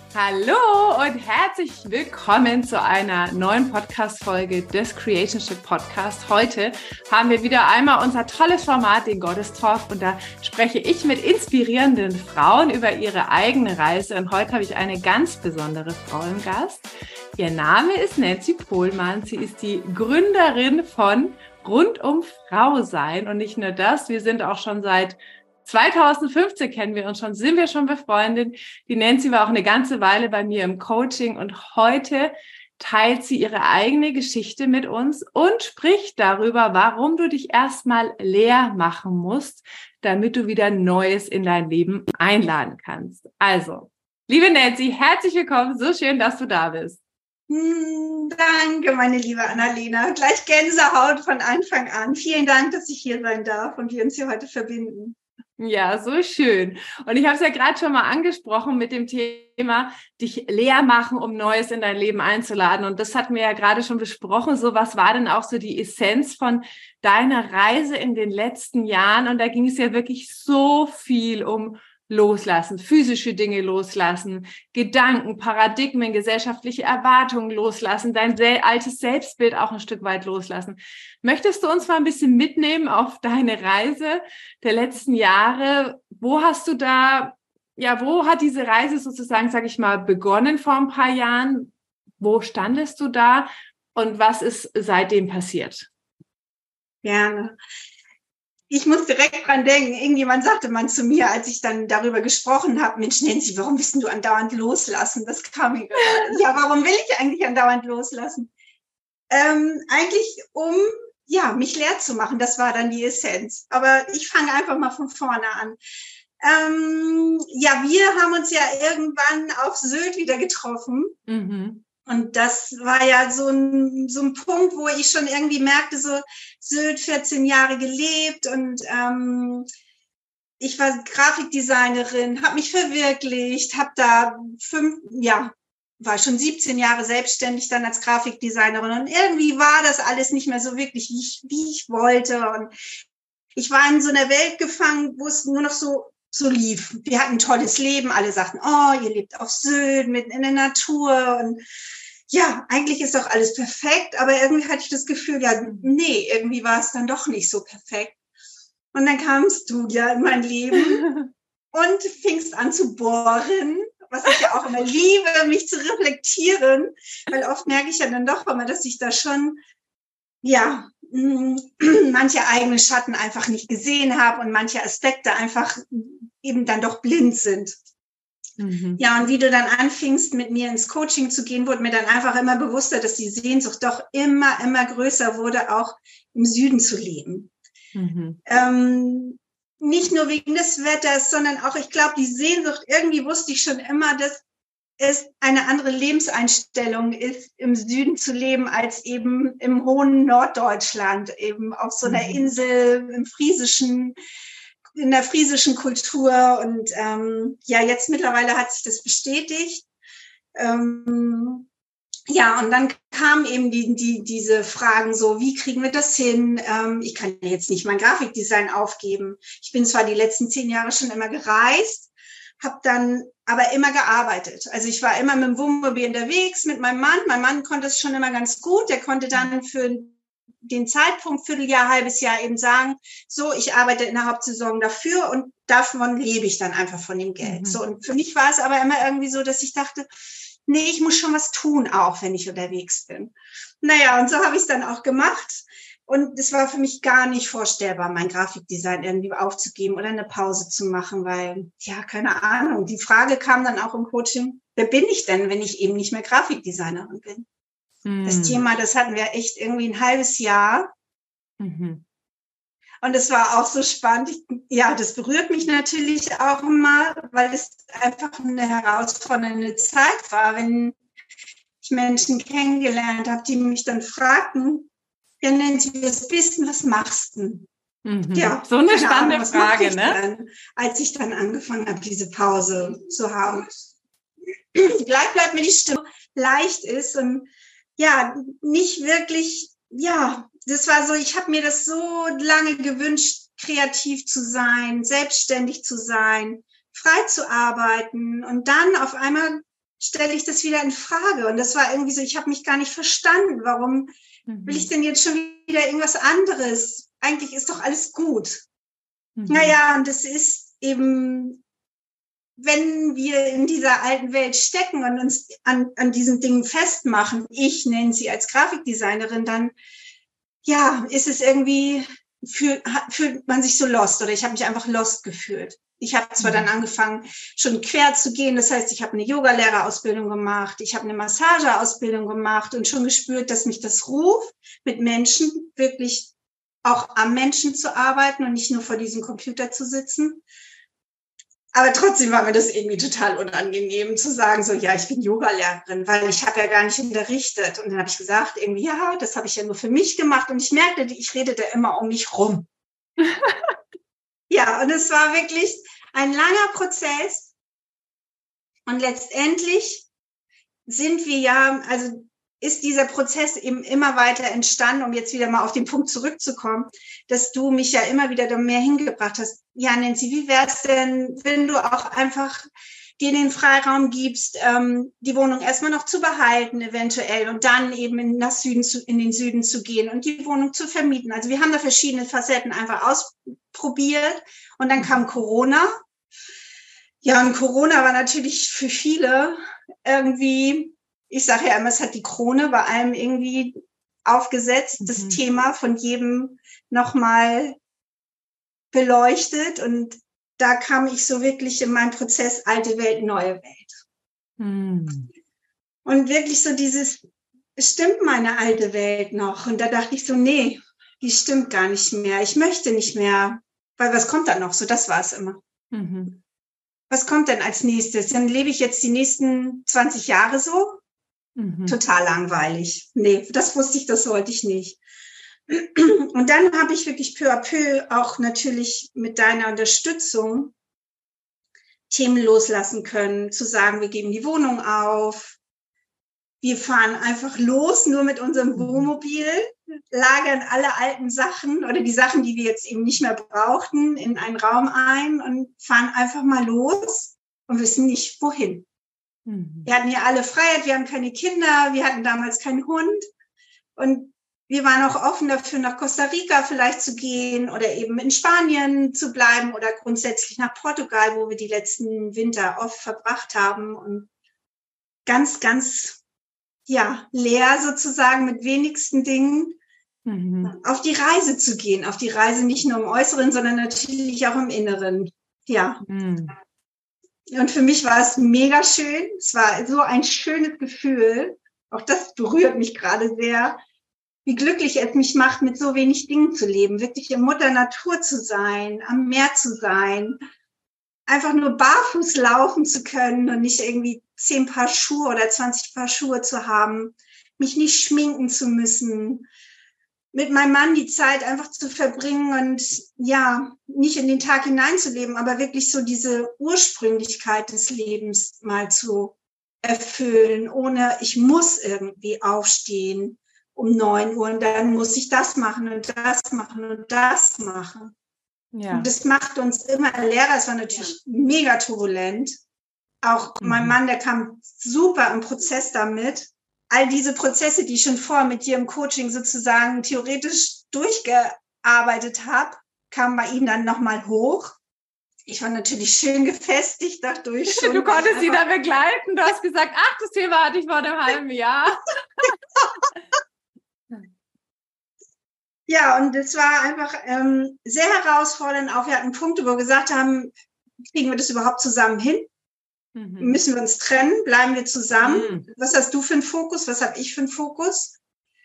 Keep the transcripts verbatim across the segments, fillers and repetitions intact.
Hallo und herzlich willkommen zu einer neuen Podcast-Folge des Creationship Podcast. Heute haben wir wieder einmal unser tolles Format, den Goddess Talk, und da spreche ich mit inspirierenden Frauen über ihre eigene Reise. Und heute habe ich eine ganz besondere Frau im Gast. Ihr Name ist Nancy Pohlmann. Sie ist die Gründerin von Rundum Frau Sein. Und nicht nur das, wir sind auch schon seit zweitausendfünfzehn kennen wir uns schon, sind wir schon befreundet. Die Nancy war auch eine ganze Weile bei mir im Coaching und heute teilt sie ihre eigene Geschichte mit uns und spricht darüber, warum du dich erstmal leer machen musst, damit du wieder Neues in dein Leben einladen kannst. Also, liebe Nancy, herzlich willkommen. So schön, dass du da bist. Hm, danke, meine liebe Annalena. Gleich Gänsehaut von Anfang an. Vielen Dank, dass ich hier sein darf und wir uns hier heute verbinden. Ja, so schön. Und ich habe es ja gerade schon mal angesprochen mit dem Thema, dich leer machen, um Neues in dein Leben einzuladen. Und das hatten wir ja gerade schon besprochen. So, was war denn auch so die Essenz von deiner Reise in den letzten Jahren? Und da ging es ja wirklich so viel um Loslassen, physische Dinge loslassen, Gedanken, Paradigmen, gesellschaftliche Erwartungen loslassen, dein sel- altes Selbstbild auch ein Stück weit loslassen. Möchtest du uns mal ein bisschen mitnehmen auf deine Reise der letzten Jahre? Wo hast du da, ja, wo hat diese Reise sozusagen, sag ich mal, begonnen vor ein paar Jahren? Wo standest du da und was ist seitdem passiert? Gerne. Ich muss direkt dran denken, irgendjemand sagte mal zu mir, als ich dann darüber gesprochen habe, Mensch Nancy, warum willst du andauernd loslassen? Das kam mir gerade. Ja, warum will ich eigentlich andauernd loslassen? Ähm, eigentlich um, ja, mich leer zu machen, das war dann die Essenz. Aber ich fange einfach mal von vorne an. Ähm, ja, wir haben uns ja irgendwann auf Sylt wieder getroffen. Mhm. Und das war ja so ein, so ein Punkt, wo ich schon irgendwie merkte, so Sylt, vierzehn Jahre gelebt und ähm, ich war Grafikdesignerin, habe mich verwirklicht, habe da fünf, ja, war schon siebzehn Jahre selbstständig dann als Grafikdesignerin und irgendwie war das alles nicht mehr so wirklich, wie ich, wie ich wollte. Und ich war in so einer Welt gefangen, wo es nur noch so so lief. Wir hatten ein tolles Leben, alle sagten, oh, ihr lebt auf Sylt, mitten in der Natur und ja, eigentlich ist doch alles perfekt, aber irgendwie hatte ich das Gefühl, ja, nee, irgendwie war es dann doch nicht so perfekt. Und dann kamst du ja in mein Leben und fingst an zu bohren, was ich ja auch immer liebe, mich zu reflektieren, weil oft merke ich ja dann doch immer, dass ich da schon, ja, manche eigene Schatten einfach nicht gesehen habe und manche Aspekte einfach eben dann doch blind sind. Mhm. Ja, und wie du dann anfingst, mit mir ins Coaching zu gehen, wurde mir dann einfach immer bewusster, dass die Sehnsucht doch immer, immer größer wurde, auch im Süden zu leben. Mhm. Ähm, nicht nur wegen des Wetters, sondern auch, ich glaube, die Sehnsucht, irgendwie wusste ich schon immer, dass es eine andere Lebenseinstellung ist, im Süden zu leben, als eben im hohen Norddeutschland, eben auf so einer mhm. Insel, im friesischen, in der friesischen Kultur. Und ähm, ja, jetzt mittlerweile hat sich das bestätigt. Ähm, ja, und dann kamen eben die, die, diese Fragen so, wie kriegen wir das hin? Ähm, ich kann jetzt nicht mein Grafikdesign aufgeben. Ich bin zwar die letzten zehn Jahre schon immer gereist, habe dann aber immer gearbeitet. Also ich war immer mit dem Wohnmobil unterwegs, mit meinem Mann. Mein Mann konnte es schon immer ganz gut. Der konnte dann für den Zeitpunkt, Vierteljahr, halbes Jahr eben sagen, so, ich arbeite in der Hauptsaison dafür und davon lebe ich dann einfach von dem Geld. Mhm. So, und für mich war es aber immer irgendwie so, dass ich dachte, nee, ich muss schon was tun, auch wenn ich unterwegs bin. Naja, und so habe ich es dann auch gemacht. Und es war für mich gar nicht vorstellbar, mein Grafikdesign irgendwie aufzugeben oder eine Pause zu machen, weil, ja, keine Ahnung. Die Frage kam dann auch im Coaching, wer bin ich denn, wenn ich eben nicht mehr Grafikdesignerin bin? Mhm. Das Thema, das hatten wir echt irgendwie ein halbes Jahr. Mhm. Und es war auch so spannend. Ich, ja, das berührt mich natürlich auch immer, weil es einfach eine herausfordernde Zeit war, wenn ich Menschen kennengelernt habe, die mich dann fragten, ja, Nancy, was bist du, was machst du? Mhm. Ja, so eine spannende Ahnung, Frage, ne? Dann, als ich dann angefangen habe, diese Pause zu haben. Gleich bleibt mir die Stimme leicht ist und ja, nicht wirklich, ja, das war so, ich habe mir das so lange gewünscht, kreativ zu sein, selbstständig zu sein, frei zu arbeiten und dann auf einmal stelle ich das wieder in Frage. Und das war irgendwie so, ich habe mich gar nicht verstanden. Warum mhm. will ich denn jetzt schon wieder irgendwas anderes? Eigentlich ist doch alles gut. Mhm. Naja, und das ist eben, wenn wir in dieser alten Welt stecken und uns an, an diesen Dingen festmachen, ich nenne sie als Grafikdesignerin, dann ja, ist es irgendwie, fühlt, fühlt man sich so lost oder ich habe mich einfach lost gefühlt. Ich habe zwar mhm. dann angefangen, schon quer zu gehen, das heißt, ich habe eine Yogalehrerausbildung gemacht, ich habe eine Massageausbildung gemacht und schon gespürt, dass mich das ruft, mit Menschen wirklich auch am Menschen zu arbeiten und nicht nur vor diesem Computer zu sitzen. Aber trotzdem war mir das irgendwie total unangenehm zu sagen, so, ja, ich bin Yogalehrerin, weil ich habe ja gar nicht unterrichtet. Und dann habe ich gesagt, irgendwie, ja, das habe ich ja nur für mich gemacht. Und ich merkte, ich redete immer um mich rum. Ja, und es war wirklich ein langer Prozess. Und letztendlich sind wir ja, also ist dieser Prozess eben immer weiter entstanden, um jetzt wieder mal auf den Punkt zurückzukommen, dass du mich ja immer wieder da mehr hingebracht hast. Ja, Nancy, wie wär's denn, wenn du auch einfach dir den Freiraum gibst, ähm, die Wohnung erstmal noch zu behalten eventuell und dann eben in, nach Süden zu, in den Süden zu gehen und die Wohnung zu vermieten. Also wir haben da verschiedene Facetten einfach ausprobiert und dann kam Corona. Ja, und Corona war natürlich für viele irgendwie, ich sage ja immer, es hat die Krone bei allem irgendwie aufgesetzt, mhm. das Thema von jedem nochmal beleuchtet. Und da kam ich so wirklich in meinen Prozess alte Welt, neue Welt. Mhm. Und wirklich so dieses, stimmt meine alte Welt noch? Und da dachte ich so, nee, die stimmt gar nicht mehr. Ich möchte nicht mehr, weil was kommt dann noch? So, das war es immer. Mhm. Was kommt denn als nächstes? Dann lebe ich jetzt die nächsten zwanzig Jahre so? Mhm. Total langweilig. Nee, das wusste ich, das wollte ich nicht. Und dann habe ich wirklich peu à peu auch natürlich mit deiner Unterstützung Themen loslassen können, zu sagen, wir geben die Wohnung auf, wir fahren einfach los, nur mit unserem Wohnmobil, lagern alle alten Sachen oder die Sachen, die wir jetzt eben nicht mehr brauchten, in einen Raum ein und fahren einfach mal los und wissen nicht, wohin. Wir hatten ja alle Freiheit, wir haben keine Kinder, wir hatten damals keinen Hund und wir waren auch offen dafür, nach Costa Rica vielleicht zu gehen oder eben in Spanien zu bleiben oder grundsätzlich nach Portugal, wo wir die letzten Winter oft verbracht haben und ganz, ganz, ja, leer sozusagen mit wenigsten Dingen mhm. auf die Reise zu gehen, auf die Reise nicht nur im Äußeren, sondern natürlich auch im Inneren, ja. Mhm. Und für mich war es mega schön. Es war so ein schönes Gefühl. Auch das berührt mich gerade sehr, wie glücklich es mich macht, mit so wenig Dingen zu leben. Wirklich in Mutter Natur zu sein, am Meer zu sein. Einfach nur barfuß laufen zu können und nicht irgendwie zehn Paar Schuhe oder zwanzig Paar Schuhe zu haben. Mich nicht schminken zu müssen. Mit meinem Mann die Zeit einfach zu verbringen und ja, nicht in den Tag hineinzuleben, aber wirklich so diese Ursprünglichkeit des Lebens mal zu erfüllen, ohne ich muss irgendwie aufstehen um neun Uhr und dann muss ich das machen und das machen und das machen. Ja. Und das macht uns immer leerer. Es war natürlich mega turbulent. Auch mhm. mein Mann, der kam super im Prozess damit. All diese Prozesse, die ich schon vorher mit dir im Coaching sozusagen theoretisch durchgearbeitet habe, kamen bei ihm dann nochmal hoch. Ich war natürlich schön gefestigt dadurch schon. Du konntest sie da begleiten. Du hast gesagt, ach, das Thema hatte ich vor einem halben Jahr. Ja, und es war einfach ähm, sehr herausfordernd. Auch wir hatten Punkte, wo wir gesagt haben, kriegen wir das überhaupt zusammen hin? Mhm. Müssen wir uns trennen? Bleiben wir zusammen? Mhm. Was hast du für einen Fokus? Was habe ich für einen Fokus?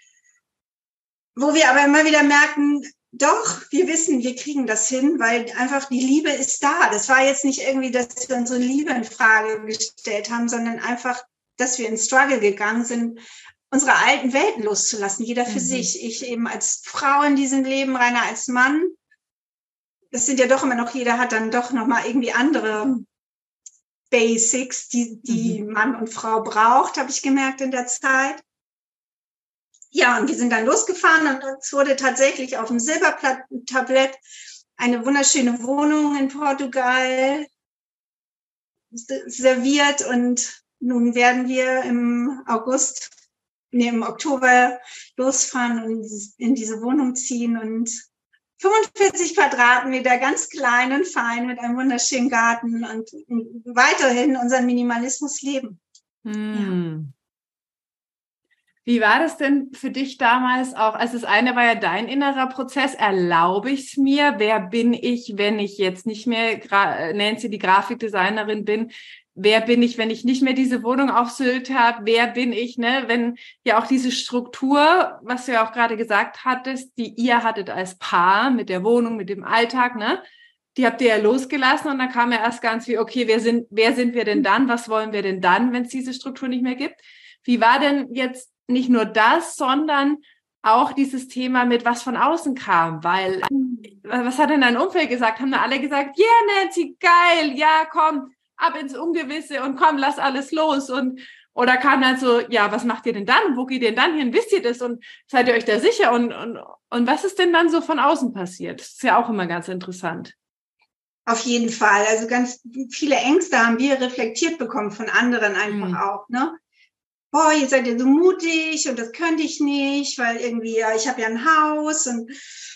Wo wir aber immer wieder merken, doch, wir wissen, wir kriegen das hin, weil einfach die Liebe ist da. Das war jetzt nicht irgendwie, dass wir unsere Liebe in Frage gestellt haben, sondern einfach, dass wir in Struggle gegangen sind, unsere alten Welten loszulassen, jeder für mhm. sich. Ich eben als Frau in diesem Leben, Rainer als Mann. Es sind ja doch immer noch, jeder hat dann doch nochmal irgendwie andere Basics, die, die mhm. Mann und Frau braucht, habe ich gemerkt in der Zeit. Ja, und wir sind dann losgefahren und uns wurde tatsächlich auf dem Silbertablett eine wunderschöne Wohnung in Portugal serviert und nun werden wir im August, nee, im Oktober losfahren und in diese Wohnung ziehen und fünfundvierzig Quadratmeter, ganz klein und fein mit einem wunderschönen Garten und weiterhin unseren Minimalismus leben. Hm. Ja. Wie war das denn für dich damals auch? Also das eine war ja dein innerer Prozess. Erlaube ich es mir? Wer bin ich, wenn ich jetzt nicht mehr Gra- Nancy, die Grafikdesignerin bin? Wer bin ich, wenn ich nicht mehr diese Wohnung auf Sylt habe? Wer bin ich, ne? Wenn ja auch diese Struktur, was du ja auch gerade gesagt hattest, die ihr hattet als Paar mit der Wohnung, mit dem Alltag, ne? Die habt ihr ja losgelassen und dann kam ja erst ganz wie, okay, wer sind, wer sind wir denn dann? Was wollen wir denn dann, wenn es diese Struktur nicht mehr gibt? Wie war denn jetzt nicht nur das, sondern auch dieses Thema mit was von außen kam, weil, was hat denn dein Umfeld gesagt? Haben da alle gesagt, yeah, Nancy, geil, ja, komm, ab ins Ungewisse und komm, lass alles los und, oder kam dann so, ja, was macht ihr denn dann? Wo geht ihr denn dann hin? Wisst ihr das? Und seid ihr euch da sicher? Und, und, und was ist denn dann so von außen passiert? Das ist ja auch immer ganz interessant. Auf jeden Fall. Also ganz viele Ängste haben wir reflektiert bekommen von anderen einfach mhm. auch, ne? Boah, ihr seid ja so mutig und das könnte ich nicht, weil irgendwie, ja, ich habe ja ein Haus und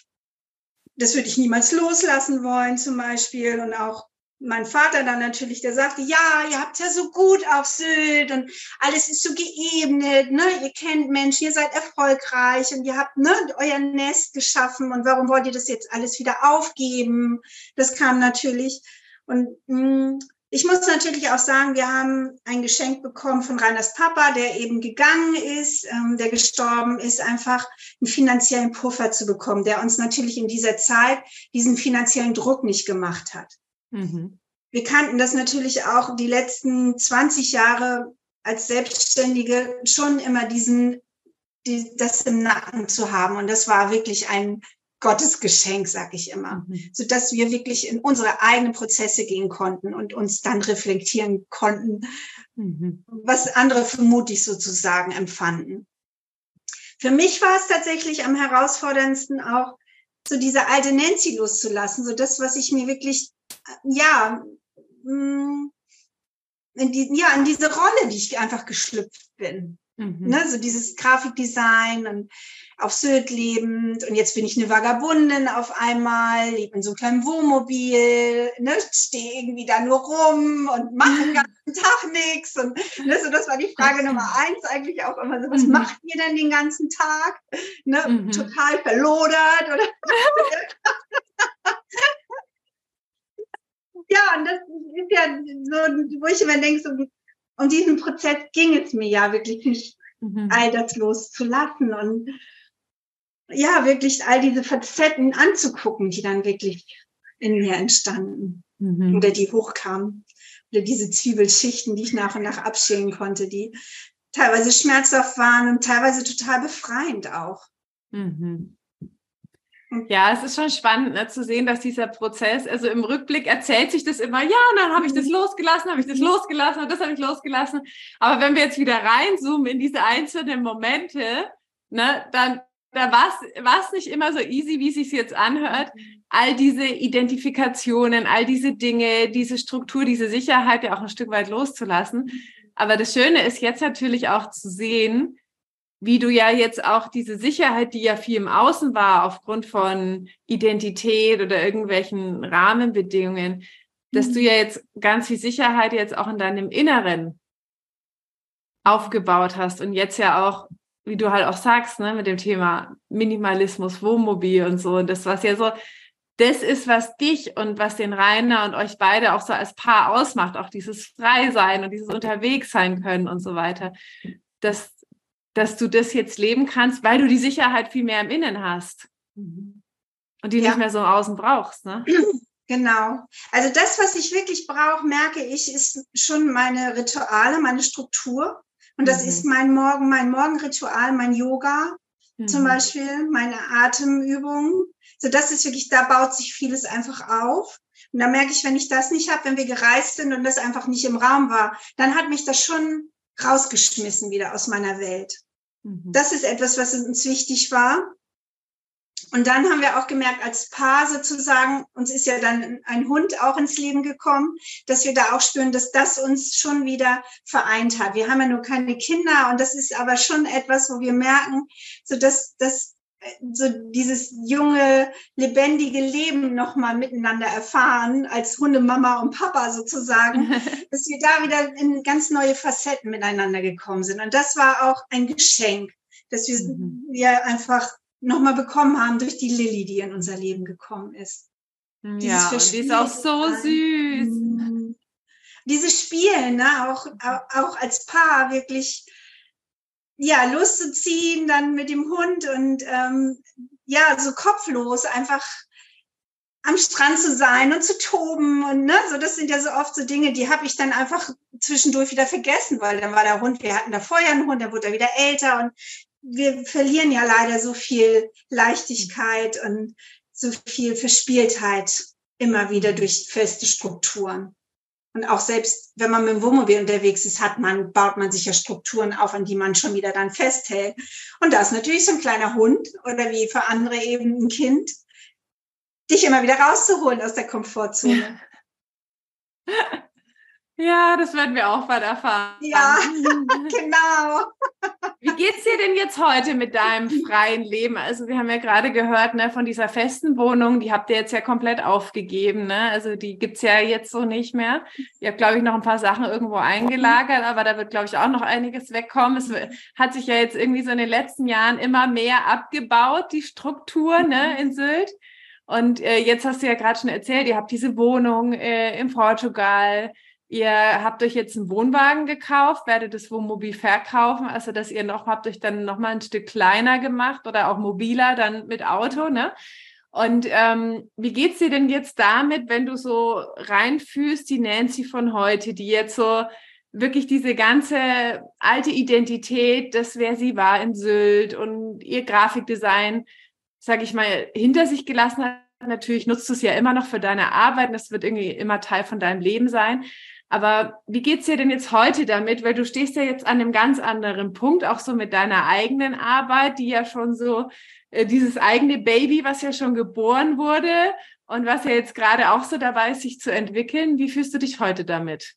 das würde ich niemals loslassen wollen zum Beispiel. Und auch mein Vater dann natürlich, der sagte, ja, ihr habt ja so gut auf Sylt und alles ist so geebnet, ne? Ihr kennt Menschen, ihr seid erfolgreich und ihr habt ne, euer Nest geschaffen und warum wollt ihr das jetzt alles wieder aufgeben? Das kam natürlich und mh, ich muss natürlich auch sagen, wir haben ein Geschenk bekommen von Rainers Papa, der eben gegangen ist, ähm, der gestorben ist, einfach einen finanziellen Puffer zu bekommen, der uns natürlich in dieser Zeit diesen finanziellen Druck nicht gemacht hat. Mhm. Wir kannten das natürlich auch die letzten zwanzig Jahre als Selbstständige schon immer diesen, die, das im Nacken zu haben. Und das war wirklich ein Gottes Geschenk, sag ich immer, mhm. so dass wir wirklich in unsere eigenen Prozesse gehen konnten und uns dann reflektieren konnten, mhm. was andere für mutig sozusagen empfanden. Für mich war es tatsächlich am herausforderndsten auch, so diese alte Nancy loszulassen, so das, was ich mir wirklich, ja, in die, ja, in diese Rolle, die ich einfach geschlüpft bin. Mhm. Ne, so dieses Grafikdesign und auf Sylt lebend und jetzt bin ich eine Vagabundin auf einmal, lebe in so einem kleinen Wohnmobil, ne, stehe irgendwie da nur rum und mache den ganzen Tag nichts und ne, so das war die Frage Nummer eins eigentlich auch immer so, was mhm. macht ihr denn den ganzen Tag? Ne, mhm. total verlodert oder ja, und das ist ja so, wo ich immer denke, so um diesen Prozess ging es mir ja wirklich nicht, mhm. all das loszulassen und ja, wirklich all diese Facetten anzugucken, die dann wirklich in mir entstanden mhm. oder die hochkamen oder diese Zwiebelschichten, die ich nach und nach abschälen konnte, die teilweise schmerzhaft waren und teilweise total befreiend auch. Mhm. Ja, es ist schon spannend, ne, zu sehen, dass dieser Prozess, also im Rückblick erzählt sich das immer, ja, und dann habe ich das losgelassen, habe ich das losgelassen und das habe ich losgelassen. Aber wenn wir jetzt wieder reinzoomen in diese einzelnen Momente, ne, dann da war es nicht immer so easy, wie es sich jetzt anhört, all diese Identifikationen, all diese Dinge, diese Struktur, diese Sicherheit ja auch ein Stück weit loszulassen. Aber das Schöne ist jetzt natürlich auch zu sehen, wie du ja jetzt auch diese Sicherheit, die ja viel im Außen war, aufgrund von Identität oder irgendwelchen Rahmenbedingungen, dass du ja jetzt ganz viel Sicherheit jetzt auch in deinem Inneren aufgebaut hast und jetzt ja auch, wie du halt auch sagst, ne, mit dem Thema Minimalismus, Wohnmobil und so, und das, was ja so, das ist, was dich und was den Rainer und euch beide auch so als Paar ausmacht, auch dieses Freisein und dieses Unterwegs sein können und so weiter, dass dass du das jetzt leben kannst, weil du die Sicherheit viel mehr im Innen hast und die ja. nicht mehr so im Außen brauchst, ne? Genau. Also das, was ich wirklich brauche, merke ich, ist schon meine Rituale, meine Struktur. Und das mhm. ist mein Morgen, mein Morgenritual, mein Yoga mhm. zum Beispiel, meine Atemübungen. So, das ist wirklich, da baut sich vieles einfach auf. Und da merke ich, wenn ich das nicht habe, wenn wir gereist sind und das einfach nicht im Raum war, dann hat mich das schon rausgeschmissen wieder aus meiner Welt. Mhm. Das ist etwas, was uns wichtig war. Und dann haben wir auch gemerkt, als Paar sozusagen, uns ist ja dann ein Hund auch ins Leben gekommen, dass wir da auch spüren, dass das uns schon wieder vereint hat. Wir haben ja nur keine Kinder und das ist aber schon etwas, wo wir merken, so dass, dass so dieses junge, lebendige Leben nochmal miteinander erfahren, als Hundemama und Papa sozusagen, dass wir da wieder in ganz neue Facetten miteinander gekommen sind. Und das war auch ein Geschenk, dass wir, mhm. wir einfach nochmal bekommen haben durch die Lilly, die in unser Leben gekommen ist. Ja, und die ist auch so süß. Mhm. Dieses Spielen, ne, auch, auch als Paar wirklich, ja, loszuziehen, dann mit dem Hund und, ähm, ja, so kopflos einfach am Strand zu sein und zu toben und, ne, so, das sind ja so oft so Dinge, die habe ich dann einfach zwischendurch wieder vergessen, weil dann war der Hund, wir hatten da vorher einen Hund, der wurde wieder älter und wir verlieren ja leider so viel Leichtigkeit und so viel Verspieltheit immer wieder durch feste Strukturen. Und auch selbst, wenn man mit dem Wohnmobil unterwegs ist, hat man, baut man sich ja Strukturen auf, an die man schon wieder dann festhält. Und da ist natürlich so ein kleiner Hund oder wie für andere eben ein Kind, dich immer wieder rauszuholen aus der Komfortzone. Ja, das werden wir auch bald erfahren. Ja, genau. Wie geht's dir denn jetzt heute mit deinem freien Leben? Also wir haben ja gerade gehört, ne, von dieser festen Wohnung, die habt ihr jetzt ja komplett aufgegeben, ne? Also die gibt's ja jetzt so nicht mehr. Ihr habt, glaube ich, noch ein paar Sachen irgendwo eingelagert, aber da wird, glaube ich, auch noch einiges wegkommen. Es hat sich ja jetzt irgendwie so in den letzten Jahren immer mehr abgebaut, die Struktur, ne, in Sylt. Und äh, jetzt hast du ja gerade schon erzählt, ihr habt diese Wohnung äh, in Portugal. Ihr habt euch jetzt einen Wohnwagen gekauft, werdet das Wohnmobil verkaufen, also dass ihr noch habt euch dann noch mal ein Stück kleiner gemacht oder auch mobiler dann mit Auto, ne? Und ähm, wie geht's dir denn jetzt damit, wenn du so reinfühlst, die Nancy von heute, die jetzt so wirklich diese ganze alte Identität, das wer sie war in Sylt und ihr Grafikdesign, sag ich mal, hinter sich gelassen hat? Natürlich nutzt du es ja immer noch für deine Arbeit und das wird irgendwie immer Teil von deinem Leben sein. Aber wie geht's dir denn jetzt heute damit? Weil du stehst ja jetzt an einem ganz anderen Punkt, auch so mit deiner eigenen Arbeit, die ja schon so, äh, dieses eigene Baby, was ja schon geboren wurde und was ja jetzt gerade auch so dabei ist, sich zu entwickeln. Wie fühlst du dich heute damit?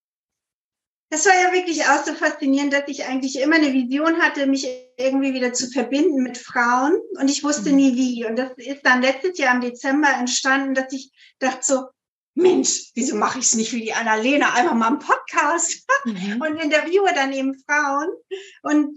Das war ja wirklich auch so faszinierend, dass ich eigentlich immer eine Vision hatte, mich irgendwie wieder zu verbinden mit Frauen und ich wusste nie wie. Und das ist dann letztes Jahr im Dezember entstanden, dass ich dachte so, Mensch, wieso mache ich es nicht wie die Annalena, einfach mal einen Podcast mhm. und interviewe dann eben Frauen. Und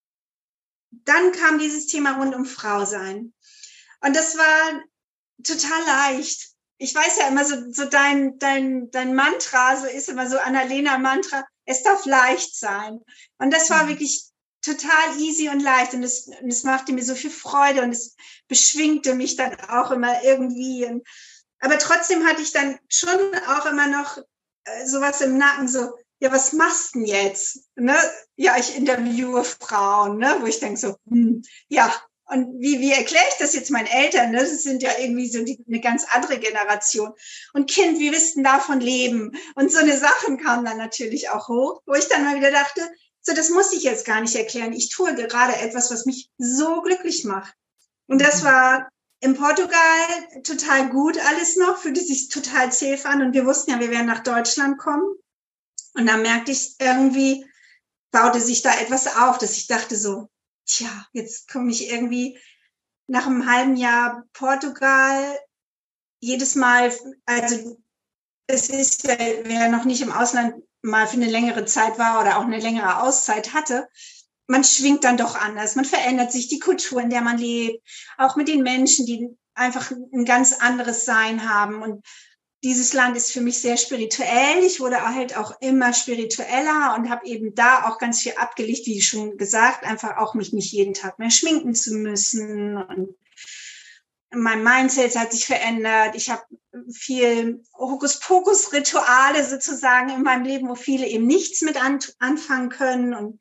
dann kam dieses Thema rund um Frau sein. Und das war total leicht. Ich weiß ja immer so, so dein, dein, dein Mantra, so ist immer so Annalena-Mantra, es darf leicht sein. Und das war mhm. wirklich total easy und leicht und es, und es machte mir so viel Freude und es beschwingte mich dann auch immer irgendwie. Und, aber trotzdem hatte ich dann schon auch immer noch äh, sowas im Nacken, so, ja, was machst du denn jetzt? Ne? Ja, ich interviewe Frauen, ne? Wo ich denke so, hm, ja, und wie, wie erkläre ich das jetzt meinen Eltern? Ne? Das sind ja irgendwie so die, eine ganz andere Generation. Und Kind, wie willst du davon leben? Und so eine Sachen kamen dann natürlich auch hoch, wo ich dann mal wieder dachte, so, das muss ich jetzt gar nicht erklären. Ich tue gerade etwas, was mich so glücklich macht. Und das war in Portugal total gut alles noch, fühlte sich total safe an. Und wir wussten ja, wir werden nach Deutschland kommen. Und dann merkte ich irgendwie, baute sich da etwas auf, dass ich dachte so, tja, jetzt komme ich irgendwie nach einem halben Jahr Portugal jedes Mal, also es ist, wer noch nicht im Ausland mal für eine längere Zeit war oder auch eine längere Auszeit hatte, man schwingt dann doch anders, man verändert sich, die Kultur, in der man lebt, auch mit den Menschen, die einfach ein ganz anderes Sein haben. Und dieses Land ist für mich sehr spirituell. Ich wurde halt auch immer spiritueller und habe eben da auch ganz viel abgelegt, wie schon gesagt, einfach auch mich nicht jeden Tag mehr schminken zu müssen. Und mein Mindset hat sich verändert. Ich habe viel Hokuspokus-Rituale sozusagen in meinem Leben, wo viele eben nichts mit an, anfangen können. Und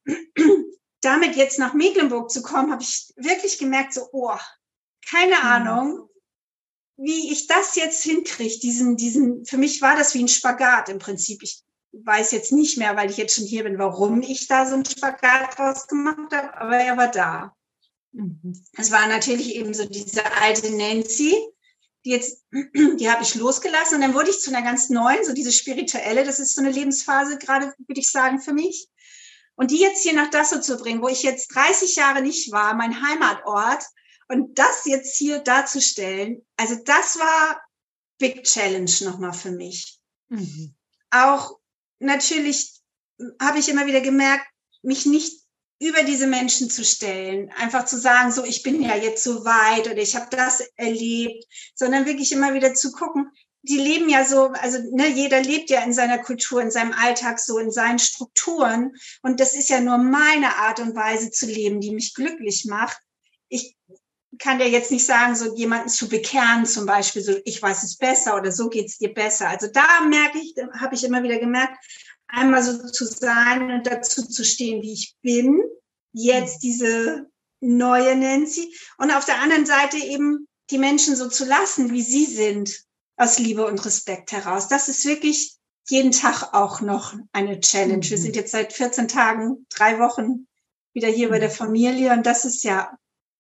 damit jetzt nach Mecklenburg zu kommen, habe ich wirklich gemerkt, so, oh, keine mhm. Ahnung, wie ich das jetzt hinkriege, diesen, diesen, für mich war das wie ein Spagat im Prinzip. Ich weiß jetzt nicht mehr, weil ich jetzt schon hier bin, warum ich da so einen Spagat draus gemacht habe, aber er war da. Mhm. Es war natürlich eben so diese alte Nancy, die jetzt, die habe ich losgelassen und dann wurde ich zu einer ganz neuen, so diese spirituelle, das ist so eine Lebensphase gerade, würde ich sagen, für mich. Und die jetzt hier nach Dessau zu bringen, wo ich jetzt dreißig Jahre nicht war, mein Heimatort, und das jetzt hier darzustellen, also das war Big Challenge nochmal für mich. Mhm. Auch natürlich habe ich immer wieder gemerkt, mich nicht über diese Menschen zu stellen, einfach zu sagen, so ich bin ja jetzt so weit oder ich habe das erlebt, sondern wirklich immer wieder zu gucken, die leben ja so, also ne, jeder lebt ja in seiner Kultur, in seinem Alltag so, in seinen Strukturen und das ist ja nur meine Art und Weise zu leben, die mich glücklich macht. Ich kann dir jetzt nicht sagen, so jemanden zu bekehren zum Beispiel, so ich weiß es besser oder so geht's dir besser. Also da merke ich, habe ich immer wieder gemerkt, einmal so zu sein und dazu zu stehen, wie ich bin, jetzt diese neue Nancy und auf der anderen Seite eben die Menschen so zu lassen, wie sie sind, aus Liebe und Respekt heraus. Das ist wirklich jeden Tag auch noch eine Challenge. Mhm. Wir sind jetzt seit vierzehn Tagen, drei Wochen wieder hier mhm. bei der Familie und das ist ja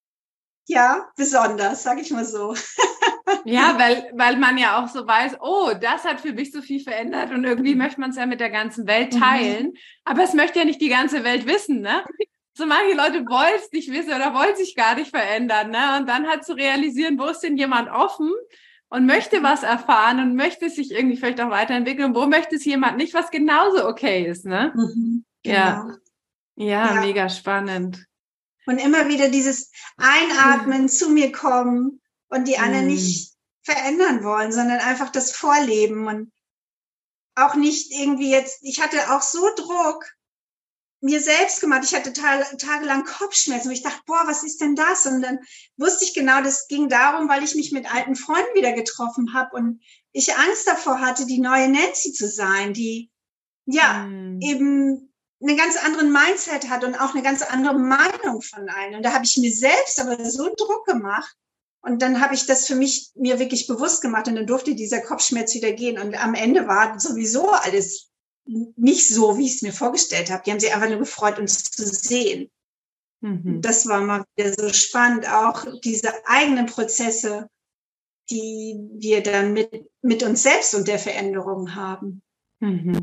Ja, besonders, sag ich mal so. Ja, weil, weil man ja auch so weiß, oh, das hat für mich so viel verändert und irgendwie möchte man es ja mit der ganzen Welt teilen, mhm. aber es möchte ja nicht die ganze Welt wissen, ne? So manche Leute wollen es nicht wissen oder wollen sich gar nicht verändern, ne? Und dann halt zu realisieren, wo ist denn jemand offen und möchte was erfahren und möchte sich irgendwie vielleicht auch weiterentwickeln, wo möchte es jemand nicht, was genauso okay ist, ne? Mhm, genau. Ja. ja, ja, mega spannend. Und immer wieder dieses Einatmen, mhm. zu mir kommen und die anderen mhm. nicht verändern wollen, sondern einfach das Vorleben und auch nicht irgendwie jetzt, ich hatte auch so Druck mir selbst gemacht. Ich hatte tagelang Kopfschmerzen und ich dachte, boah, was ist denn das? Und dann wusste ich genau, das ging darum, weil ich mich mit alten Freunden wieder getroffen habe und ich Angst davor hatte, die neue Nancy zu sein, die ja mhm. eben einen ganz anderen Mindset hat und auch eine ganz andere Meinung von einem. Und da habe ich mir selbst aber so Druck gemacht. Und dann habe ich das für mich mir wirklich bewusst gemacht und dann durfte dieser Kopfschmerz wieder gehen. Und am Ende war sowieso alles nicht so, wie ich es mir vorgestellt habe. Die haben sich einfach nur gefreut, uns zu sehen. Mhm. Das war mal wieder so spannend, auch diese eigenen Prozesse, die wir dann mit, mit uns selbst und der Veränderung haben. Mhm.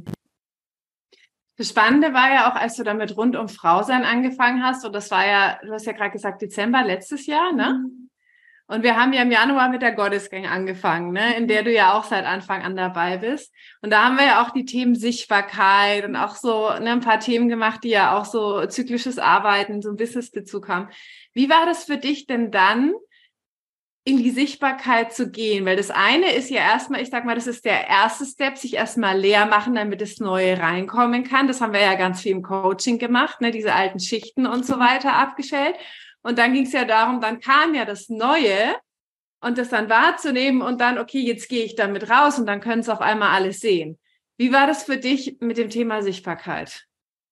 Das Spannende war ja auch, als du damit rund um Frausein angefangen hast, und das war ja, du hast ja gerade gesagt, Dezember letztes Jahr, ne? Mhm. Und wir haben ja im Januar mit der Goddess-Gang angefangen, ne? In der du ja auch seit Anfang an dabei bist. Und da haben wir ja auch die Themen Sichtbarkeit und auch so ne, ein paar Themen gemacht, die ja auch so zyklisches Arbeiten, so ein Business-Bezug haben. Wie war das für dich denn dann, in die Sichtbarkeit zu gehen? Weil das eine ist ja erstmal, ich sag mal, das ist der erste Step, sich erstmal leer machen, damit das Neue reinkommen kann. Das haben wir ja ganz viel im Coaching gemacht, ne, diese alten Schichten und so weiter abgestellt. Und dann ging es ja darum, dann kam ja das Neue und das dann wahrzunehmen und dann, okay, jetzt gehe ich damit raus und dann können es auf einmal alles sehen. Wie war das für dich mit dem Thema Sichtbarkeit?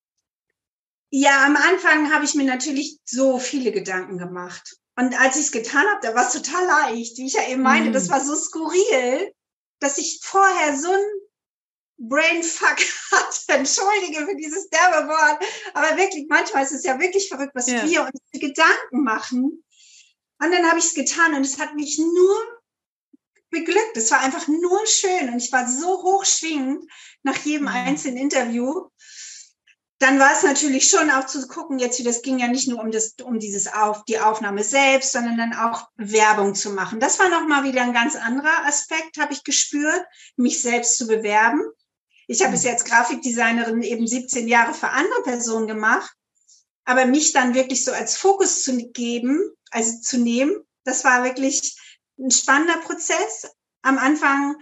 Ja, am Anfang habe ich mir natürlich so viele Gedanken gemacht. Und als ich es getan habe, da war es total leicht. Wie ich ja eben meinte, mm. das war so skurril, dass ich vorher so ein Brainfuck hatte. Entschuldige für dieses derbe Wort. Aber wirklich, manchmal ist es ja wirklich verrückt, was ja. wir uns Gedanken machen. Und dann habe ich es getan und es hat mich nur beglückt. Es war einfach nur schön und ich war so hochschwingend nach jedem mm. einzelnen Interview. Dann war es natürlich schon auch zu gucken, jetzt wie das ging ja nicht nur um das, um dieses auf, die Aufnahme selbst, sondern dann auch Werbung zu machen. Das war nochmal wieder ein ganz anderer Aspekt, habe ich gespürt, mich selbst zu bewerben. Ich habe mhm. es als Grafikdesignerin eben siebzehn Jahre für andere Personen gemacht, aber mich dann wirklich so als Fokus zu geben, also zu nehmen, das war wirklich ein spannender Prozess. Am Anfang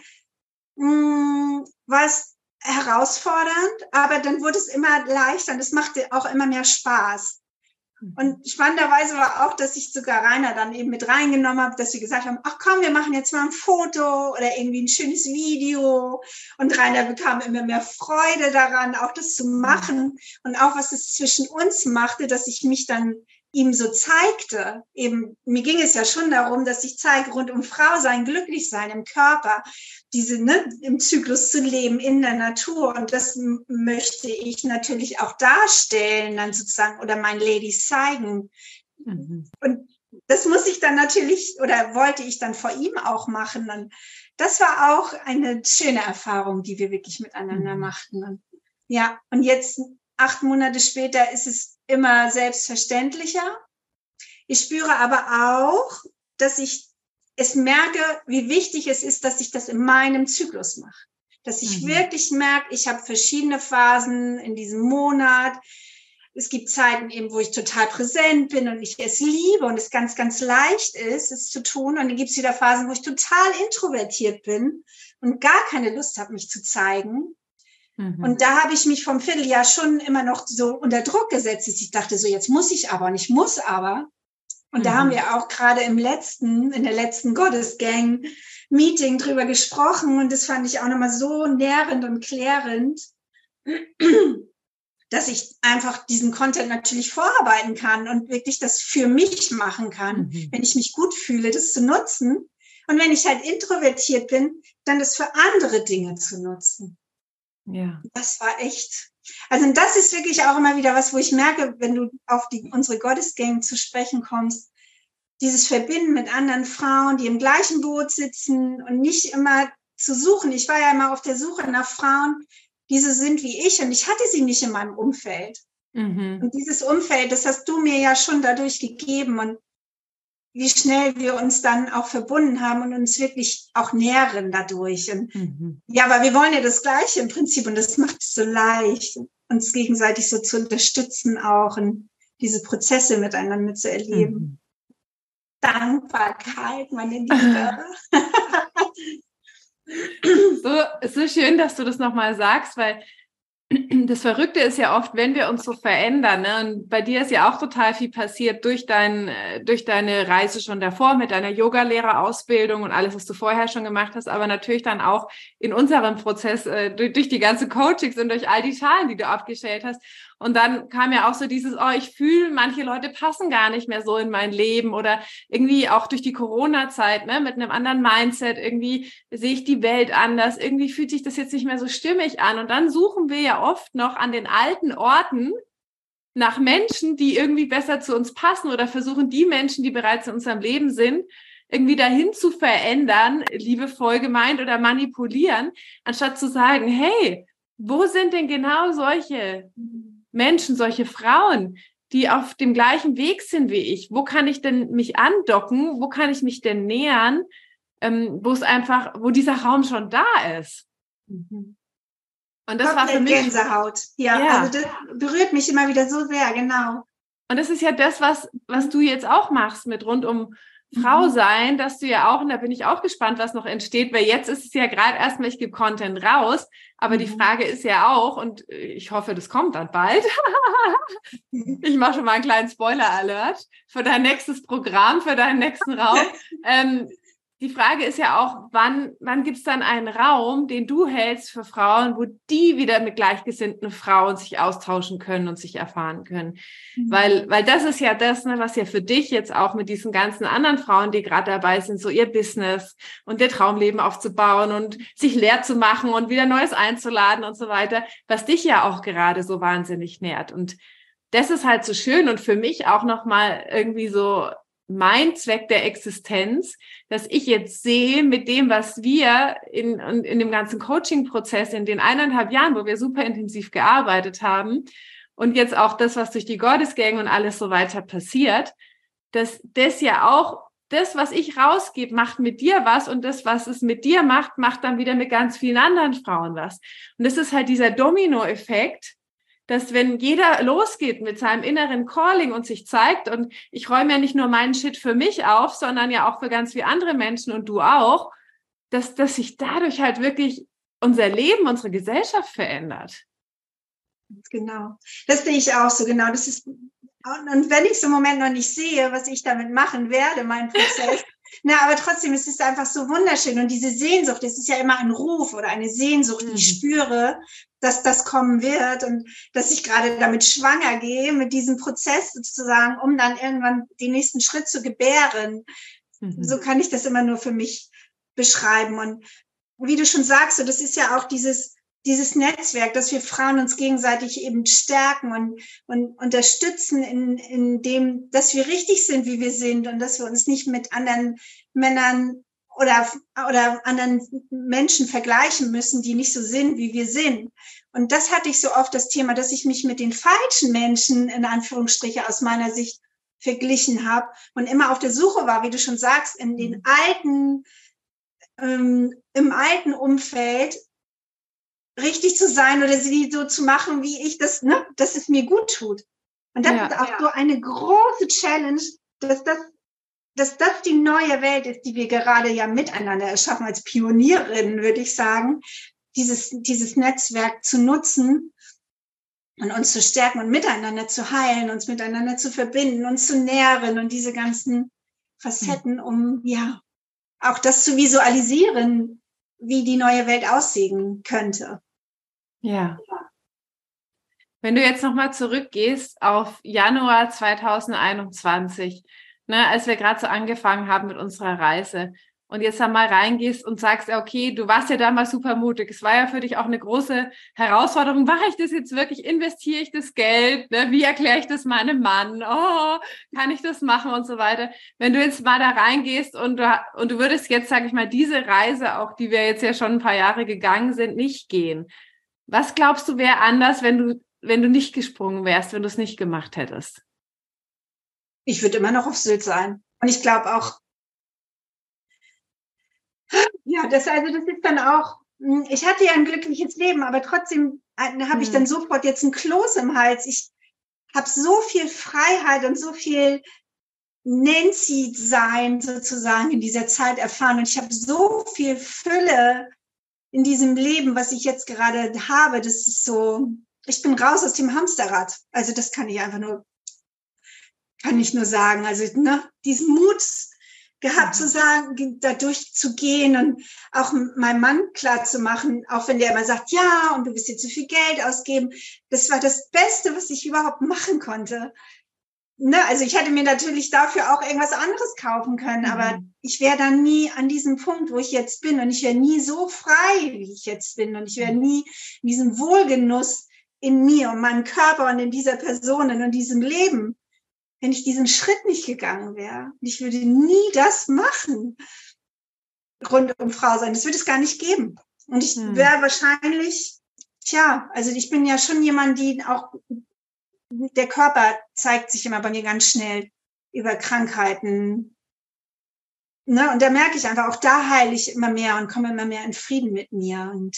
mh, war es herausfordernd, aber dann wurde es immer leichter und es machte auch immer mehr Spaß. Und spannenderweise war auch, dass ich sogar Rainer dann eben mit reingenommen habe, dass wir gesagt haben, ach komm, wir machen jetzt mal ein Foto oder irgendwie ein schönes Video. Und Rainer bekam immer mehr Freude daran, auch das zu machen und auch was es zwischen uns machte, dass ich mich dann ihm so zeigte. Eben, mir ging es ja schon darum, dass ich zeige, rund um Frau sein, glücklich sein im Körper, diese, ne, im Zyklus zu leben, in der Natur. Und das m- möchte ich natürlich auch darstellen, dann sozusagen, oder meinen Ladies zeigen, Mhm. Und das muss ich dann natürlich oder wollte ich dann vor ihm auch machen. Und das war auch eine schöne Erfahrung, die wir wirklich miteinander mhm. machten. Und ja, und jetzt acht Monate später ist es immer selbstverständlicher. Ich spüre aber auch, dass ich es merke, wie wichtig es ist, dass ich das in meinem Zyklus mache. Dass ich mhm. wirklich merke, ich habe verschiedene Phasen in diesem Monat. Es gibt Zeiten eben, wo ich total präsent bin und ich es liebe und es ganz, ganz leicht ist, es zu tun. Und dann gibt es wieder Phasen, wo ich total introvertiert bin und gar keine Lust habe, mich zu zeigen. Mhm. Und da habe ich mich vom Vierteljahr schon immer noch so unter Druck gesetzt. Ich dachte so, jetzt muss ich aber und ich muss aber. Und mhm. da haben wir auch gerade im letzten, in der letzten Goddess-Gang Meeting drüber gesprochen. Und das fand ich auch nochmal so nährend und klärend, dass ich einfach diesen Content natürlich vorarbeiten kann und wirklich das für mich machen kann, mhm. wenn ich mich gut fühle, das zu nutzen. Und wenn ich halt introvertiert bin, dann das für andere Dinge zu nutzen. Ja. Das war echt. Also das ist wirklich auch immer wieder was, wo ich merke, wenn du auf die, unsere Goddess Gang zu sprechen kommst, dieses Verbinden mit anderen Frauen, die im gleichen Boot sitzen und nicht immer zu suchen. Ich war ja immer auf der Suche nach Frauen, die so sind wie ich und ich hatte sie nicht in meinem Umfeld. Mhm. Und dieses Umfeld, das hast du mir ja schon dadurch gegeben und wie schnell wir uns dann auch verbunden haben und uns wirklich auch nähren dadurch. Und mhm. ja, aber wir wollen ja das Gleiche im Prinzip und das macht es so leicht, uns gegenseitig so zu unterstützen auch und diese Prozesse miteinander zu erleben. Mhm. Dankbarkeit, meine Liebe. So, so schön, dass du das nochmal sagst, weil das Verrückte ist ja oft, wenn wir uns so verändern, ne? Und bei dir ist ja auch total viel passiert durch dein, durch deine Reise schon davor mit deiner Yogalehrerausbildung und alles, was du vorher schon gemacht hast, aber natürlich dann auch in unserem Prozess äh, durch, durch die ganzen Coachings und durch all die Schalen, die du abgestellt hast. Und dann kam ja auch so dieses, oh, ich fühle, manche Leute passen gar nicht mehr so in mein Leben oder irgendwie auch durch die Corona-Zeit, ne, mit einem anderen Mindset, irgendwie sehe ich die Welt anders, irgendwie fühlt sich das jetzt nicht mehr so stimmig an. Und dann suchen wir ja oft noch an den alten Orten nach Menschen, die irgendwie besser zu uns passen oder versuchen die Menschen, die bereits in unserem Leben sind, irgendwie dahin zu verändern, liebevoll gemeint oder manipulieren, anstatt zu sagen, hey, wo sind denn genau solche Menschen, solche Frauen, die auf dem gleichen Weg sind wie ich? Wo kann ich denn mich andocken? Wo kann ich mich denn nähern? Ähm, wo es einfach, wo dieser Raum schon da ist. Mhm. Und das war für mich Gänsehaut. Ja, ja, also das berührt mich immer wieder so sehr, genau. Und das ist ja das, was, was du jetzt auch machst mit rund um Frau sein, dass du ja auch, und da bin ich auch gespannt, was noch entsteht, weil jetzt ist es ja gerade erstmal, ich gebe Content raus, aber mhm. die Frage ist ja auch, und ich hoffe, das kommt dann bald, ich mache schon mal einen kleinen Spoiler-Alert für dein nächstes Programm, für deinen nächsten Raum. ähm, Die Frage ist ja auch, wann, wann gibt es dann einen Raum, den du hältst für Frauen, wo die wieder mit gleichgesinnten Frauen sich austauschen können und sich erfahren können. Mhm. Weil, weil das ist ja das, ne, was ja für dich jetzt auch mit diesen ganzen anderen Frauen, die gerade dabei sind, so ihr Business und ihr Traumleben aufzubauen und sich leer zu machen und wieder Neues einzuladen und so weiter, was dich ja auch gerade so wahnsinnig nährt. Und das ist halt so schön und für mich auch nochmal irgendwie so mein Zweck der Existenz, dass ich jetzt sehe mit dem, was wir in, in dem ganzen Coaching-Prozess in den eineinhalb Jahren, wo wir super intensiv gearbeitet haben und jetzt auch das, was durch die Goddess Gang und alles so weiter passiert, dass das ja auch, das, was ich rausgebe, macht mit dir was und das, was es mit dir macht, macht dann wieder mit ganz vielen anderen Frauen was. Und das ist halt dieser Domino-Effekt, dass wenn jeder losgeht mit seinem inneren Calling und sich zeigt, und ich räume ja nicht nur meinen Shit für mich auf, sondern ja auch für ganz viele andere Menschen und du auch, dass, dass sich dadurch halt wirklich unser Leben, unsere Gesellschaft verändert. Genau, das sehe ich auch so, genau. Das ist, und wenn ich es im Moment noch nicht sehe, was ich damit machen werde, mein Prozess, na, aber trotzdem ist es einfach so wunderschön. Und diese Sehnsucht, das ist ja immer ein Ruf oder eine Sehnsucht, die ich spüre, dass das kommen wird und dass ich gerade damit schwanger gehe, mit diesem Prozess sozusagen, um dann irgendwann den nächsten Schritt zu gebären. Mhm. So kann ich das immer nur für mich beschreiben. Und wie du schon sagst, so, das ist ja auch dieses, dieses Netzwerk, dass wir Frauen uns gegenseitig eben stärken und, und unterstützen in, in dem, dass wir richtig sind, wie wir sind und dass wir uns nicht mit anderen Männern oder, oder anderen Menschen vergleichen müssen, die nicht so sind, wie wir sind. Und das hatte ich so oft das Thema, dass ich mich mit den falschen Menschen, in Anführungsstriche, aus meiner Sicht verglichen habe und immer auf der Suche war, wie du schon sagst, in den alten, ähm, im alten Umfeld richtig zu sein oder sie so zu machen, wie ich das, ne, dass es mir gut tut. Und das ja, ist auch ja. so eine große Challenge, dass das, dass das die neue Welt ist, die wir gerade ja miteinander erschaffen, als Pionierinnen, würde ich sagen, dieses, dieses Netzwerk zu nutzen und uns zu stärken und miteinander zu heilen, uns miteinander zu verbinden, uns zu nähren und diese ganzen Facetten, um, ja, auch das zu visualisieren, wie die neue Welt aussehen könnte. Ja. Wenn du jetzt nochmal zurückgehst auf Januar zweitausendeinundzwanzig, ne, als wir gerade so angefangen haben mit unserer Reise und jetzt da mal reingehst und sagst, okay, du warst ja damals super mutig. Es war ja für dich auch eine große Herausforderung. Mache ich das jetzt wirklich? Investiere ich das Geld? Ne? Wie erkläre ich das meinem Mann? Oh, kann ich das machen und so weiter? Wenn du jetzt mal da reingehst und du, und du würdest jetzt, sage ich mal, diese Reise, auch die wir jetzt ja schon ein paar Jahre gegangen sind, nicht gehen. Was glaubst du, wäre anders, wenn du, wenn du nicht gesprungen wärst, wenn du es nicht gemacht hättest? Ich würde immer noch auf Sylt sein. Und ich glaube auch, ja, das, also das ist dann auch, ich hatte ja ein glückliches Leben, aber trotzdem habe hm. ich dann sofort jetzt ein Kloß im Hals. Ich habe so viel Freiheit und so viel Nancy-Sein sozusagen in dieser Zeit erfahren. Und ich habe so viel Fülle in diesem Leben, was ich jetzt gerade habe. Das ist so, ich bin raus aus dem Hamsterrad. Also das kann ich einfach nur, kann ich nur sagen. Also ne, diesen Mut gehabt zu sagen, da durchzugehen und auch meinem Mann klar zu machen, auch wenn der immer sagt, ja, und du wirst dir zu viel Geld ausgeben. Das war das Beste, was ich überhaupt machen konnte. Ne, also ich hätte mir natürlich dafür auch irgendwas anderes kaufen können, mhm. aber ich wäre dann nie an diesem Punkt, wo ich jetzt bin und ich wäre nie so frei, wie ich jetzt bin und ich wäre nie in diesem Wohlgenuss in mir und meinem Körper und in dieser Person und in diesem Leben, wenn ich diesen Schritt nicht gegangen wäre. Ich würde nie das machen, rund um Frau sein. Das würde es gar nicht geben. Und ich hm. wäre wahrscheinlich, tja, also ich bin ja schon jemand, die auch, der Körper zeigt sich immer bei mir ganz schnell über Krankheiten. Ne? Und da merke ich einfach, auch da heile ich immer mehr und komme immer mehr in Frieden mit mir. Und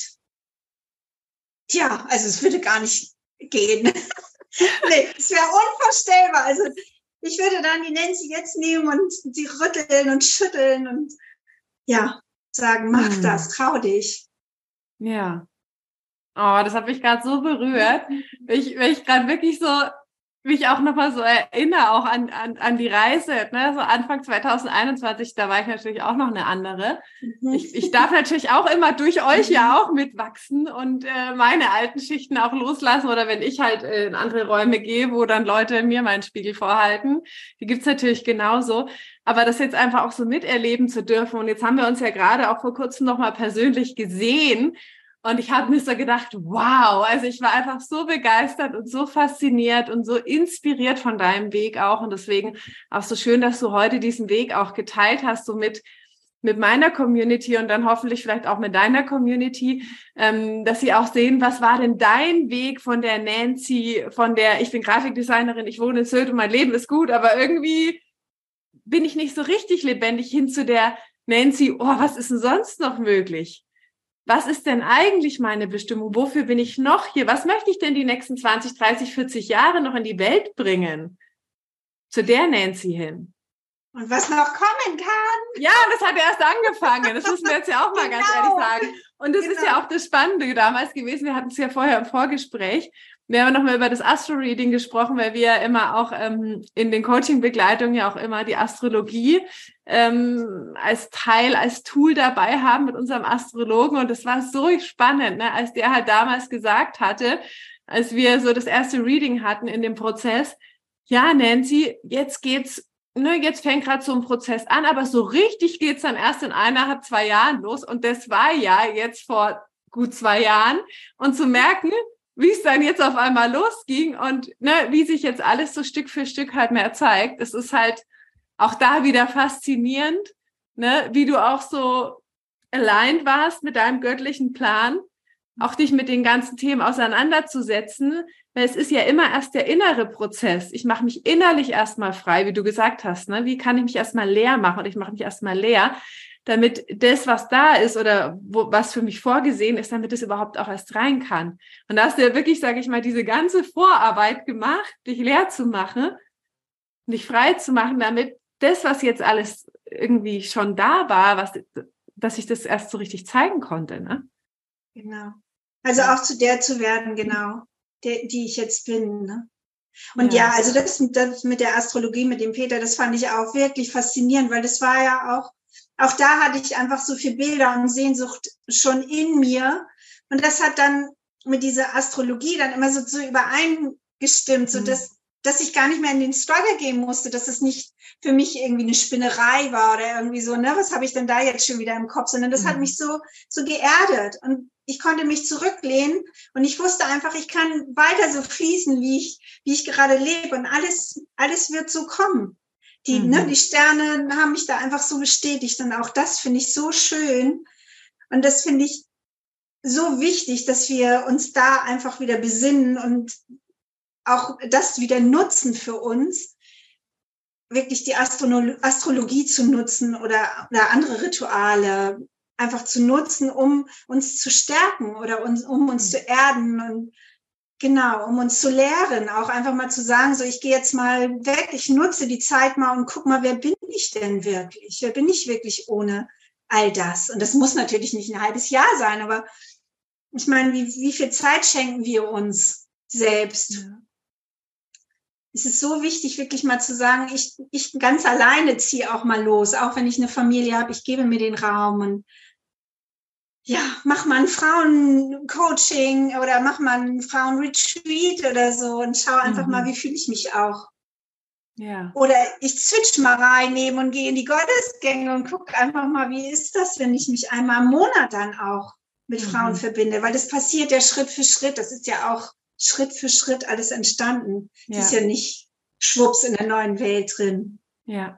tja, also es würde gar nicht gehen. Nee, es wäre unvorstellbar. Also ich würde dann die Nancy jetzt nehmen und sie rütteln und schütteln und ja, sagen, mach hm. das, trau dich. Ja. Oh, das hat mich gerade so berührt. Ich, wenn ich gerade wirklich so mich auch nochmal so erinnere, auch an, an, an die Reise, ne? So Anfang zweitausendeinundzwanzig, da war ich natürlich auch noch eine andere. Mhm. Ich, ich darf natürlich auch immer durch euch mhm. ja auch mitwachsen und äh, meine alten Schichten auch loslassen oder wenn ich halt äh, in andere Räume gehe, wo dann Leute mir meinen Spiegel vorhalten, die gibt's natürlich genauso. Aber das jetzt einfach auch so miterleben zu dürfen und jetzt haben wir uns ja gerade auch vor kurzem nochmal persönlich gesehen. Und ich habe mir so gedacht, wow, also ich war einfach so begeistert und so fasziniert und so inspiriert von deinem Weg auch. Und deswegen auch so schön, dass du heute diesen Weg auch geteilt hast, so mit, mit meiner Community und dann hoffentlich vielleicht auch mit deiner Community, ähm, dass sie auch sehen, was war denn dein Weg von der Nancy, von der, ich bin Grafikdesignerin, ich wohne in Sylt und mein Leben ist gut, aber irgendwie bin ich nicht so richtig lebendig hin zu der Nancy, oh, was ist denn sonst noch möglich? Was ist denn eigentlich meine Bestimmung? Wofür bin ich noch hier? Was möchte ich denn die nächsten zwanzig, dreißig, vierzig Jahre noch in die Welt bringen? Zu der Nancy hin. Und was noch kommen kann. Ja, das hat erst angefangen. Das müssen wir jetzt ja auch mal genau. ganz ehrlich sagen. Und das genau. ist ja auch das Spannende damals gewesen. Wir hatten es ja vorher im Vorgespräch. Wir haben nochmal über das Astro-Reading gesprochen, weil wir ja immer auch ähm, in den Coaching-Begleitungen ja auch immer die Astrologie ähm, als Teil, als Tool dabei haben mit unserem Astrologen. Und das war so spannend, ne, als der halt damals gesagt hatte, als wir so das erste Reading hatten in dem Prozess, ja, Nancy, jetzt geht's, ne, jetzt fängt gerade so ein Prozess an, aber so richtig geht's dann erst in eineinhalb, zwei Jahren los. Und das war ja jetzt vor gut zwei Jahren und zu merken, wie es dann jetzt auf einmal losging und ne, wie sich jetzt alles so Stück für Stück halt mehr zeigt. Es ist halt auch da wieder faszinierend, ne, wie du auch so aligned warst mit deinem göttlichen Plan, auch dich mit den ganzen Themen auseinanderzusetzen, weil es ist ja immer erst der innere Prozess. Ich mache mich innerlich erstmal frei, wie du gesagt hast, ne? Wie kann ich mich erstmal leer machen? Und ich mache mich erstmal leer, damit das, was da ist oder wo, was für mich vorgesehen ist, damit es überhaupt auch erst rein kann. Und da hast du ja wirklich, sage ich mal, diese ganze Vorarbeit gemacht, dich leer zu machen, dich frei zu machen, damit das, was jetzt alles irgendwie schon da war, was, dass ich das erst so richtig zeigen konnte, ne? Genau. Also auch zu der zu werden, genau, der, die ich jetzt bin, ne? Und ja, ja also das, das mit der Astrologie, mit dem Peter, das fand ich auch wirklich faszinierend, weil das war ja auch, auch da hatte ich einfach so viel Bilder und Sehnsucht schon in mir. Und das hat dann mit dieser Astrologie dann immer so, so übereingestimmt, so dass, dass ich gar nicht mehr in den Struggle gehen musste, dass es nicht für mich irgendwie eine Spinnerei war oder irgendwie so, ne, was habe ich denn da jetzt schon wieder im Kopf, sondern das mhm. hat mich so, so geerdet und ich konnte mich zurücklehnen und ich wusste einfach, ich kann weiter so fließen, wie ich, wie ich gerade lebe und alles, alles wird so kommen. Die, mhm. ne, die Sterne haben mich da einfach so bestätigt und auch das finde ich so schön und das finde ich so wichtig, dass wir uns da einfach wieder besinnen und auch das wieder nutzen für uns, wirklich die Astro- Astrologie zu nutzen oder, oder andere Rituale einfach zu nutzen, um uns zu stärken oder uns, um uns zu erden und genau, um uns zu lehren, auch einfach mal zu sagen, so ich gehe jetzt mal weg, ich nutze die Zeit mal und guck mal, wer bin ich denn wirklich? Wer bin ich wirklich ohne all das? Und das muss natürlich nicht ein halbes Jahr sein, aber ich meine, wie, wie viel Zeit schenken wir uns selbst? Ja. Es ist so wichtig, wirklich mal zu sagen, ich, ich ganz alleine ziehe auch mal los, auch wenn ich eine Familie habe, ich gebe mir den Raum und ja, mach mal ein Frauencoaching oder mach mal ein Frauenretreat oder so und schau einfach mhm. mal, wie fühle ich mich auch. Ja. Oder ich switch mal rein neben und gehe in die Gottesgänge und gucke einfach mal, wie ist das, wenn ich mich einmal im Monat dann auch mit mhm. Frauen verbinde, weil das passiert ja Schritt für Schritt, das ist ja auch Schritt für Schritt alles entstanden. Es ja. ist ja nicht schwupps in der neuen Welt drin. Ja.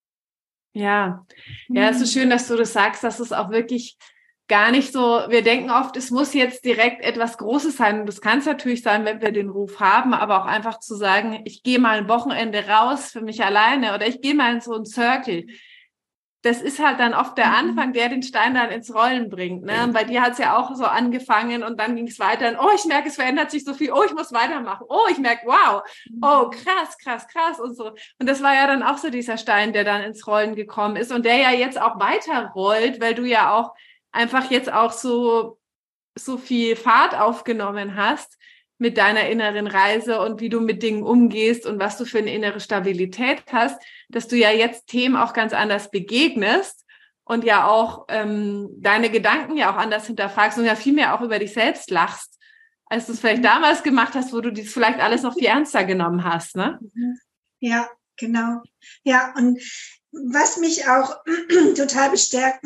Ja. Ja, es ist schön, dass du das sagst, dass es auch wirklich gar nicht so, wir denken oft, es muss jetzt direkt etwas Großes sein. Und das kann es natürlich sein, wenn wir den Ruf haben, aber auch einfach zu sagen, ich gehe mal ein Wochenende raus für mich alleine oder ich gehe mal in so einen Circle. Das ist halt dann oft der Anfang, der den Stein dann ins Rollen bringt. Ne? Und bei dir hat es ja auch so angefangen und dann ging es weiter. Und, oh, ich merke, es verändert sich so viel. Oh, ich muss weitermachen. Oh, ich merke, wow. Oh, krass, krass, krass und so. Und das war ja dann auch so dieser Stein, der dann ins Rollen gekommen ist und der ja jetzt auch weiter rollt, weil du ja auch einfach jetzt auch so, so viel Fahrt aufgenommen hast mit deiner inneren Reise und wie du mit Dingen umgehst und was du für eine innere Stabilität hast, dass du ja jetzt Themen auch ganz anders begegnest und ja auch ähm, deine Gedanken ja auch anders hinterfragst und ja viel mehr auch über dich selbst lachst, als du es vielleicht damals gemacht hast, wo du dies vielleicht alles noch viel ernster genommen hast, ne? Ja, genau. Ja, und was mich auch total bestärkt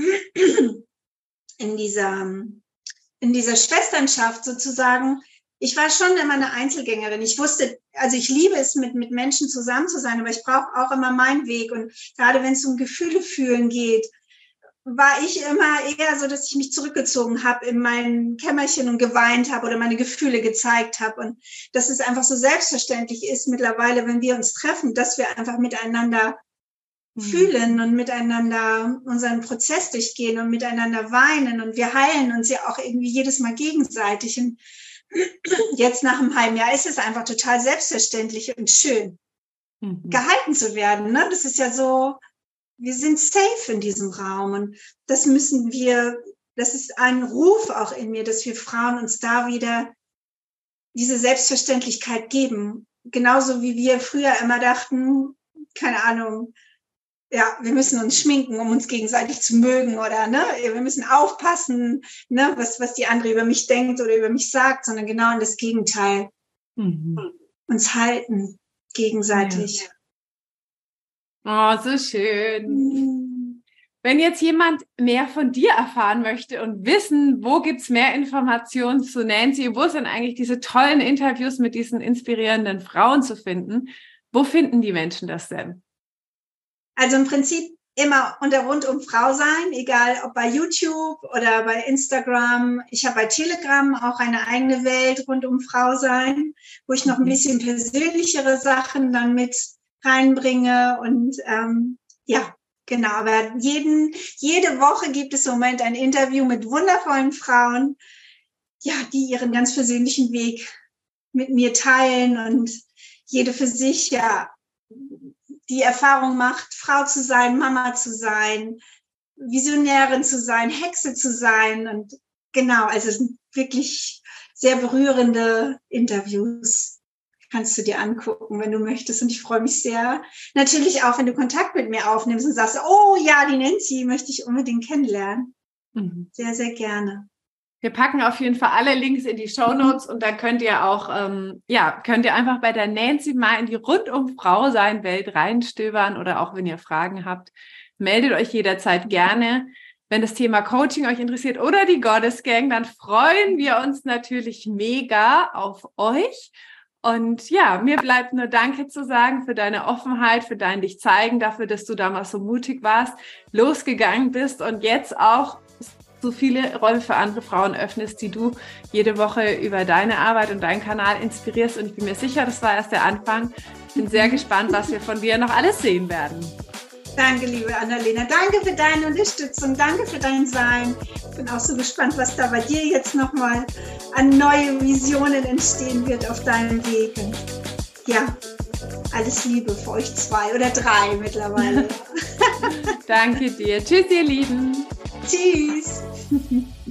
in dieser, in dieser Schwesternschaft sozusagen, ich war schon immer eine Einzelgängerin. Ich wusste, also ich liebe es, mit, mit Menschen zusammen zu sein, aber ich brauche auch immer meinen Weg. Und gerade wenn es um Gefühle fühlen geht, war ich immer eher so, dass ich mich zurückgezogen habe in mein Kämmerchen und geweint habe oder meine Gefühle gezeigt habe. Und dass es einfach so selbstverständlich ist mittlerweile, wenn wir uns treffen, dass wir einfach miteinander mhm. fühlen und miteinander unseren Prozess durchgehen und miteinander weinen. Und wir heilen uns ja auch irgendwie jedes Mal gegenseitig. Und jetzt nach einem halben Jahr ist es einfach total selbstverständlich und schön, mhm. gehalten zu werden. Ne? Das ist ja so, wir sind safe in diesem Raum und das müssen wir, das ist ein Ruf auch in mir, dass wir Frauen uns da wieder diese Selbstverständlichkeit geben. Genauso wie wir früher immer dachten, keine Ahnung, ja, wir müssen uns schminken, um uns gegenseitig zu mögen oder ne, wir müssen aufpassen, ne, was was die andere über mich denkt oder über mich sagt, sondern genau in das Gegenteil. Mhm. Uns halten gegenseitig. Ja. Oh, so schön. Mhm. Wenn jetzt jemand mehr von dir erfahren möchte und wissen, wo gibt's mehr Informationen zu Nancy, wo sind eigentlich diese tollen Interviews mit diesen inspirierenden Frauen zu finden, wo finden die Menschen das denn? Also im Prinzip immer unter Rundum Frau sein, egal ob bei YouTube oder bei Instagram. Ich habe bei Telegram auch eine eigene Welt Rundum Frau sein, wo ich noch ein bisschen persönlichere Sachen dann mit reinbringe und ähm, ja, genau, aber jeden, jede Woche gibt es im Moment ein Interview mit wundervollen Frauen, ja, die ihren ganz persönlichen Weg mit mir teilen und jede für sich, ja, die Erfahrung macht, Frau zu sein, Mama zu sein, Visionärin zu sein, Hexe zu sein und genau, also es sind wirklich sehr berührende Interviews. Kannst du dir angucken, wenn du möchtest. Und ich freue mich sehr. Natürlich auch, wenn du Kontakt mit mir aufnimmst und sagst, oh ja, die Nancy möchte ich unbedingt kennenlernen. Mhm. Sehr, sehr gerne. Wir packen auf jeden Fall alle Links in die Shownotes und dann könnt ihr auch, ähm, ja, könnt ihr einfach bei der Nancy mal in die Rundum-Frau-Sein-Welt reinstöbern oder auch, wenn ihr Fragen habt, meldet euch jederzeit gerne. Wenn das Thema Coaching euch interessiert oder die Goddess Gang, dann freuen wir uns natürlich mega auf euch. Und ja, mir bleibt nur Danke zu sagen für deine Offenheit, für dein dich zeigen, dafür, dass du damals so mutig warst, losgegangen bist und jetzt auch so viele Räume für andere Frauen öffnest, die du jede Woche über deine Arbeit und deinen Kanal inspirierst. Und ich bin mir sicher, das war erst der Anfang. Ich bin sehr gespannt, was wir von dir noch alles sehen werden. Danke, liebe Annalena. Danke für deine Unterstützung. Danke für dein Sein. Ich bin auch so gespannt, was da bei dir jetzt nochmal an neue Visionen entstehen wird auf deinem Weg. Und ja, alles Liebe für euch zwei oder drei mittlerweile. Danke dir. Tschüss, ihr Lieben. Tschüss.